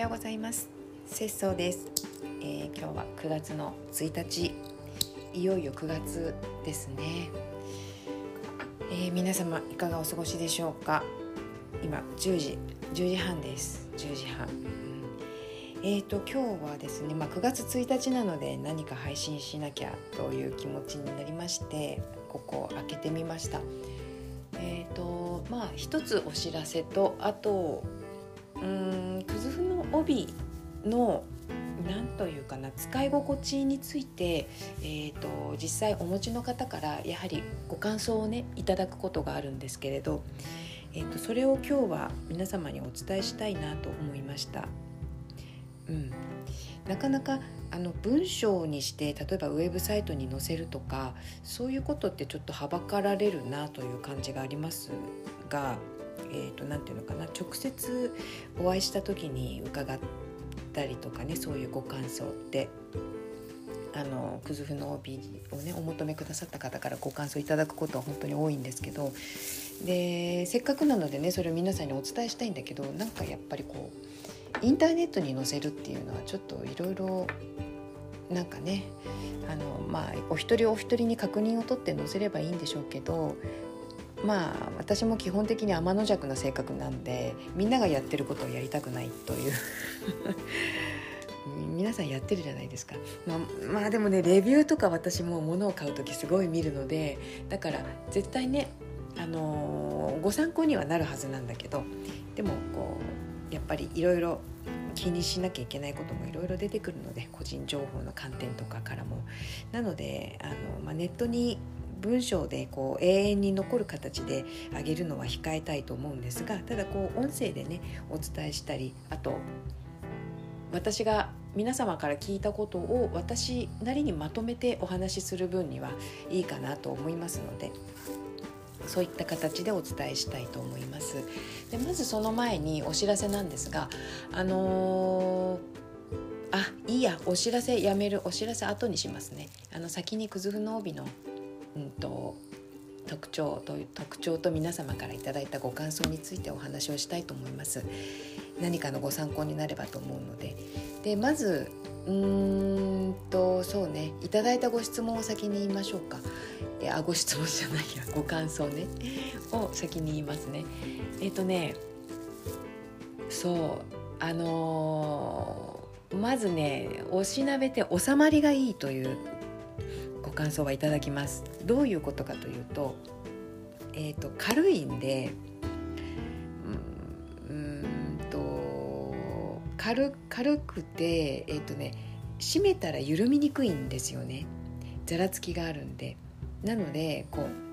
ようございます。節操です。今日は9月の1日、いよいよ9月ですね。皆様いかがお過ごしでしょうか。今10時半です。10時半。今日はですね、9月1日なので何か配信しなきゃという気持ちになりまして、ここを開けてみました。一つお知らせと、あとくずふの帯のなんというかな、使い心地について、実際お持ちの方からやはりご感想をねいただくことがあるんですけれど、それを今日は皆様にお伝えしたいなと思いました。なかなか文章にして例えばウェブサイトに載せるとか、そういうことってちょっとはばかられるなという感じがありますが、なんていうのかな、直接お会いした時に伺ったりとかね、そういうご感想ってくずふの帯をねお求めくださった方からご感想いただくことは本当に多いんですけど、でせっかくなのでねそれを皆さんにお伝えしたいんだけど、なんかやっぱりこうインターネットに載せるっていうのはちょっといろいろなんかね、お一人お一人に確認を取って載せればいいんでしょうけど、私も基本的に天の弱な性格なんで、みんながやってることをやりたくないという皆さんやってるじゃないですか。でもね、レビューとか私も物を買うときすごい見るので、だから絶対ね、ご参考にはなるはずなんだけど、でもこうやっぱりいろいろ気にしなきゃいけないこともいろいろ出てくるので、個人情報の観点とかからも、なのでネットに文章でこう永遠に残る形で上げるのは控えたいと思うんですが、ただこう音声でねお伝えしたり、あと私が皆様から聞いたことを私なりにまとめてお話しする分にはいいかなと思いますので、そういった形でお伝えしたいと思います。でまずその前にお知らせなんですが、いいや、お知らせやめる、お知らせ後にしますね。先にくずふの帯の特徴と皆様からいただいたご感想についてお話をしたいと思います。何かのご参考になればと思うので、まずそうね、いただいたご質問を先に言いましょうか。ご質問じゃないや、ご感想ねを先に言いますね。まずね、おしなべて収まりがいいというご感想はいただきます。どういうことかというと、軽いんで軽くて締めたら緩みにくいんですよね。ざらつきがあるんで。なので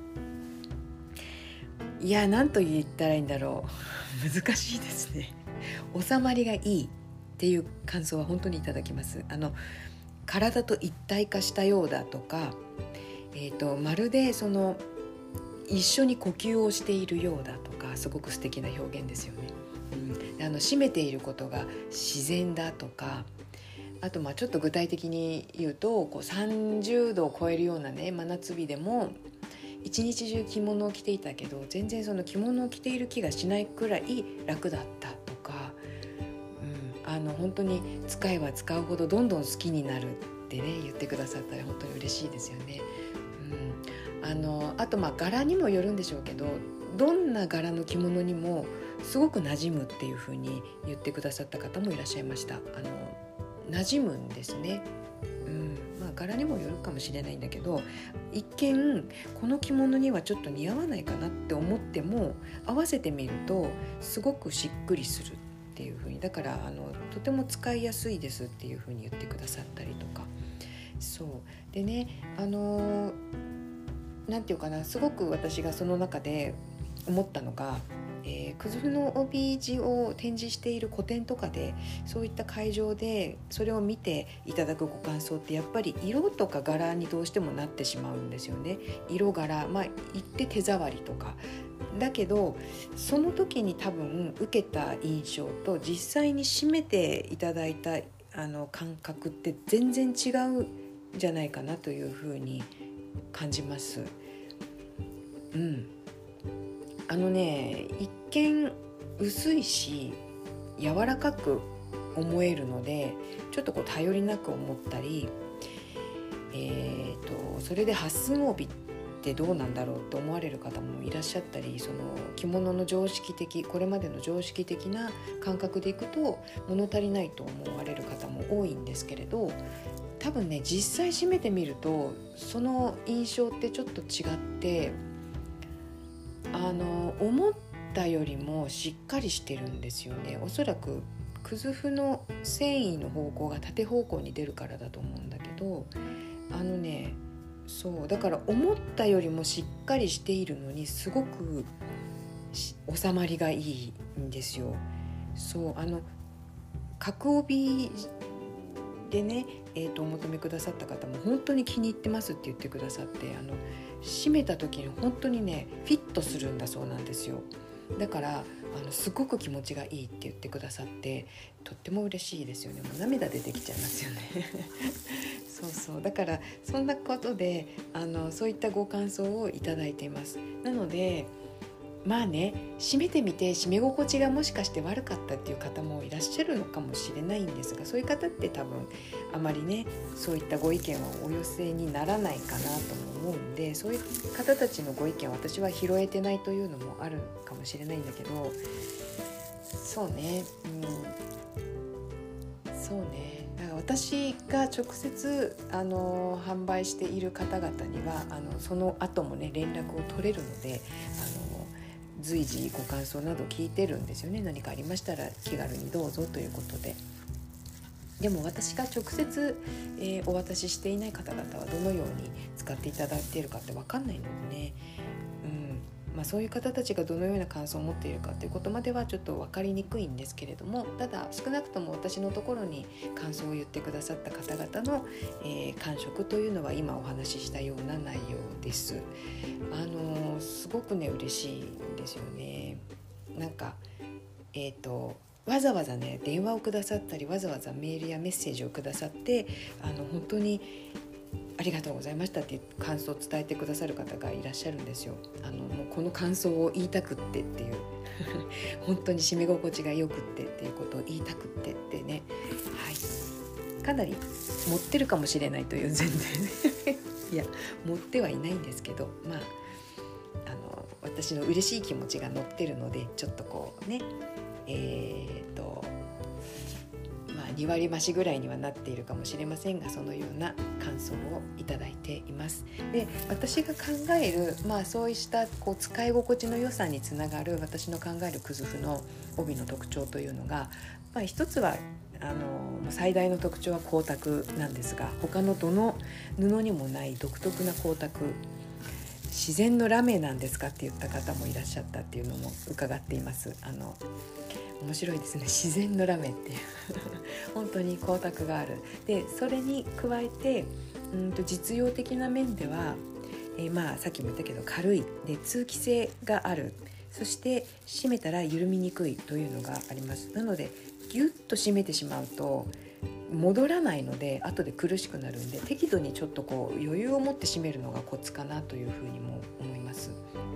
なんと言ったらいいんだろう難しいですね。収まりがいいっていう感想は本当にいただきます。体と一体化したようだとか、まるで一緒に呼吸をしているようだとか、すごく素敵な表現ですよね。締めていることが自然だとか、あとちょっと具体的に言うと30度を超えるようなね真夏日でも一日中着物を着ていたけど、全然その着物を着ている気がしないくらい楽だったとか、本当に使えば使うほどどんどん好きになるってね言ってくださったら本当に嬉しいですよね。あと柄にもよるんでしょうけど、どんな柄の着物にもすごく馴染むっていう風に言ってくださった方もいらっしゃいました。馴染むんですね。柄にもよるかもしれないんだけど、一見この着物にはちょっと似合わないかなって思っても、合わせてみるとすごくしっくりするっていう風に、だからとても使いやすいですっていう風に言ってくださったりとか。そうでね、なんていうかな、すごく私がその中で思ったのが、くずふの帯地を展示している個展とかで、そういった会場でそれを見ていただくご感想って、やっぱり色とか柄にどうしてもなってしまうんですよね。色柄、言って手触りとかだけど、その時に多分受けた印象と実際に締めていただいた感覚って全然違うんじゃないかなというふうに感じます。一見薄いし柔らかく思えるので、ちょっとこう頼りなく思ったり、それで八寸帯ってどうなんだろうと思われる方もいらっしゃったり、その着物の常識的、これまでの常識的な感覚でいくと物足りないと思われる方も多いんですけれど、多分ね実際締めてみるとその印象ってちょっと違って、思ったよりもしっかりしてるんですよね。おそらくくずふの繊維の方向が縦方向に出るからだと思うんだけど、そうだから思ったよりもしっかりしているのにすごく収まりがいいんですよ。そう角帯でね、お求めくださった方も本当に気に入ってますって言ってくださって、締めた時に本当にねフィットするんだそうなんですよ。だからすごく気持ちがいいって言ってくださって、とっても嬉しいですよね。もう涙出てきちゃいますよねそうだからそんなことでそういったご感想をいただいています。なのでまあね、締めてみて締め心地がもしかして悪かったっていう方もいらっしゃるのかもしれないんですが、そういう方って多分あまりねそういったご意見はお寄せにならないかなとも思うんで、そういう方たちのご意見を私は拾えてないというのもあるかもしれないんだけど、そうね、そうね、だから私が直接販売している方々にはその後もね連絡を取れるので、随時ご感想など聞いてるんですよね。何かありましたら気軽にどうぞということで。でも私が直接、お渡ししていない方々はどのように使っていただいているかって分かんないのでね、そういう方たちがどのような感想を持っているかということまではちょっと分かりにくいんですけれども、ただ少なくとも私のところに感想を言ってくださった方々の、感触というのは今お話ししたような内容です。すごくね嬉しいんですよね。なんかわざわざね電話をくださったり、わざわざメールやメッセージをくださって本当にありがとうございましたっていう感想を伝えてくださる方がいらっしゃるんですよ。もうこの感想を言いたくってっていう本当に締め心地がよくってっていうことを言いたくってってね、はい、かなり持ってるかもしれないという前提でいや持ってはいないんですけど、私の嬉しい気持ちが乗ってるので、ちょっとこうね2割増しぐらいにはなっているかもしれませんが、そのような感想をいただいています。で、私が考える、そうしたこう使い心地の良さにつながる私の考えるくずふの帯の特徴というのが、一つは最大の特徴は光沢なんですが、他のどの布にもない独特な光沢、自然のラメなんですかって言った方もいらっしゃったっていうのも伺っています。面白いですね、自然のラメっていう本当に光沢がある。でそれに加えて実用的な面では、さっきも言ったけど軽いで通気性がある、そして締めたら緩みにくいというのがあります。なのでギュッと締めてしまうと戻らないので後で苦しくなるんで、適度にちょっとこう余裕を持って締めるのがコツかなというふうにも思います。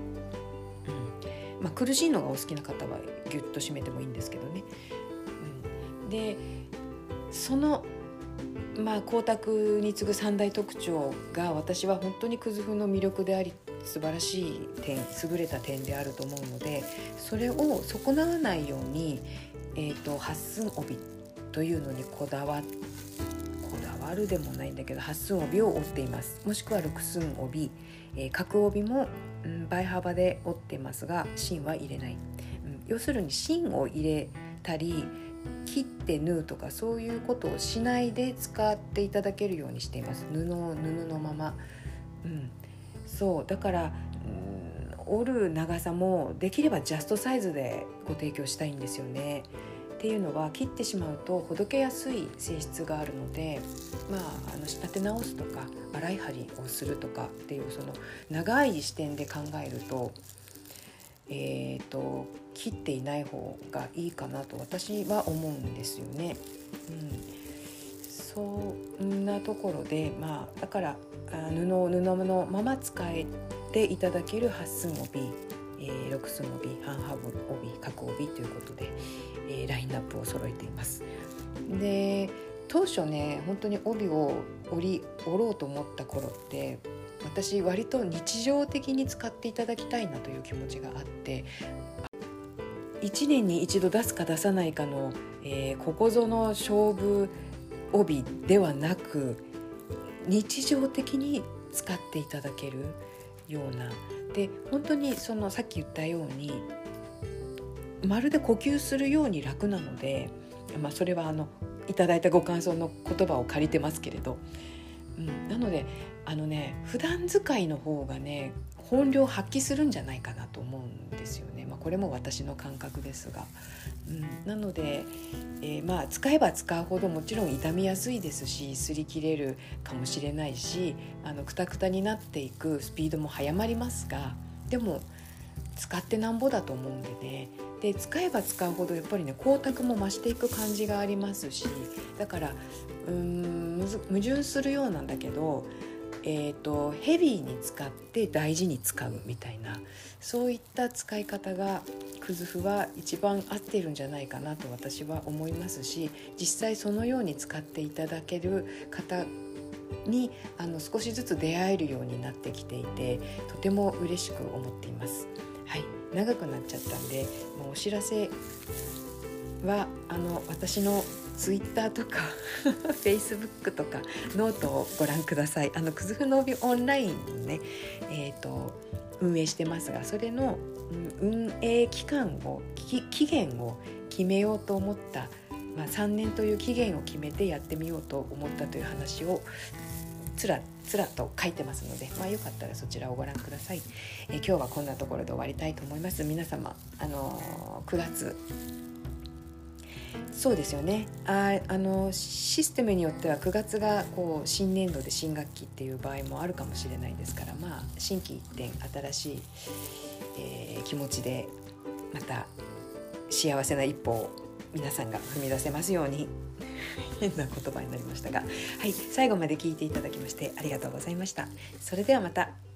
苦しいのがお好きな方はギュッと締めてもいいんですけどね、でその、光沢に次ぐ三大特徴が私は本当にくずふの魅力であり素晴らしい点、優れた点であると思うので、それを損なわないように、八寸帯というのにこだわるでもないんだけど八寸帯を折っています。もしくは六寸帯、角帯も、倍幅で折ってますが芯は入れない、要するに芯を入れたり切って縫うとかそういうことをしないで使っていただけるようにしています。布のまま、そうだから、折る長さもできればジャストサイズでご提供したいんですよね。っていうのは切ってしまうとほどけやすい性質があるので、仕立て直すとか洗い張りをするとかっていうその長い視点で考えると、切っていない方がいいかなと私は思うんですよね。そんなところで、だから布のまま使えていただける八寸帯、六クスの帯、半ハブ帯、角帯ということで、ラインナップを揃えています。で当初ね本当に帯を折ろうと思った頃って私割と日常的に使っていただきたいなという気持ちがあって、1年に一度出すか出さないかの、ここぞの勝負帯ではなく日常的に使っていただけるようなで、本当にそのさっき言ったようにまるで呼吸するように楽なので、それはいただいたご感想の言葉を借りてますけれど、なので普段使いの方がね本領発揮するんじゃないかなと思うんですよね。これも私の感覚ですが、なので、使えば使うほどもちろん傷みやすいですし、擦り切れるかもしれないし、クタクタになっていくスピードも早まりますが、でも使ってなんぼだと思うんでね。で使えば使うほどやっぱりね光沢も増していく感じがありますし、だから矛盾するようなんだけど、ヘビーに使って大事に使うみたいな、そういった使い方がクズフは一番合ってるんじゃないかなと私は思いますし、実際そのように使っていただける方に少しずつ出会えるようになってきていて、とても嬉しく思っています。はい、長くなっちゃったんでもうお知らせは私のツイッターとかフェイスブックとかノートをご覧ください。クズフの帯オンラインね、運営してますが、それの運営期限を決めようと思った、3年という期限を決めてやってみようと思ったという話をつらと書いてますので、よかったらそちらをご覧ください。今日はこんなところで終わりたいと思います。皆様9月そうですよね、システムによっては9月が新年度で新学期っていう場合もあるかもしれないですから、心機一転新しい、気持ちでまた幸せな一歩を皆さんが踏み出せますように変な言葉になりましたが、はい、最後まで聞いていただきましてありがとうございました。それではまた。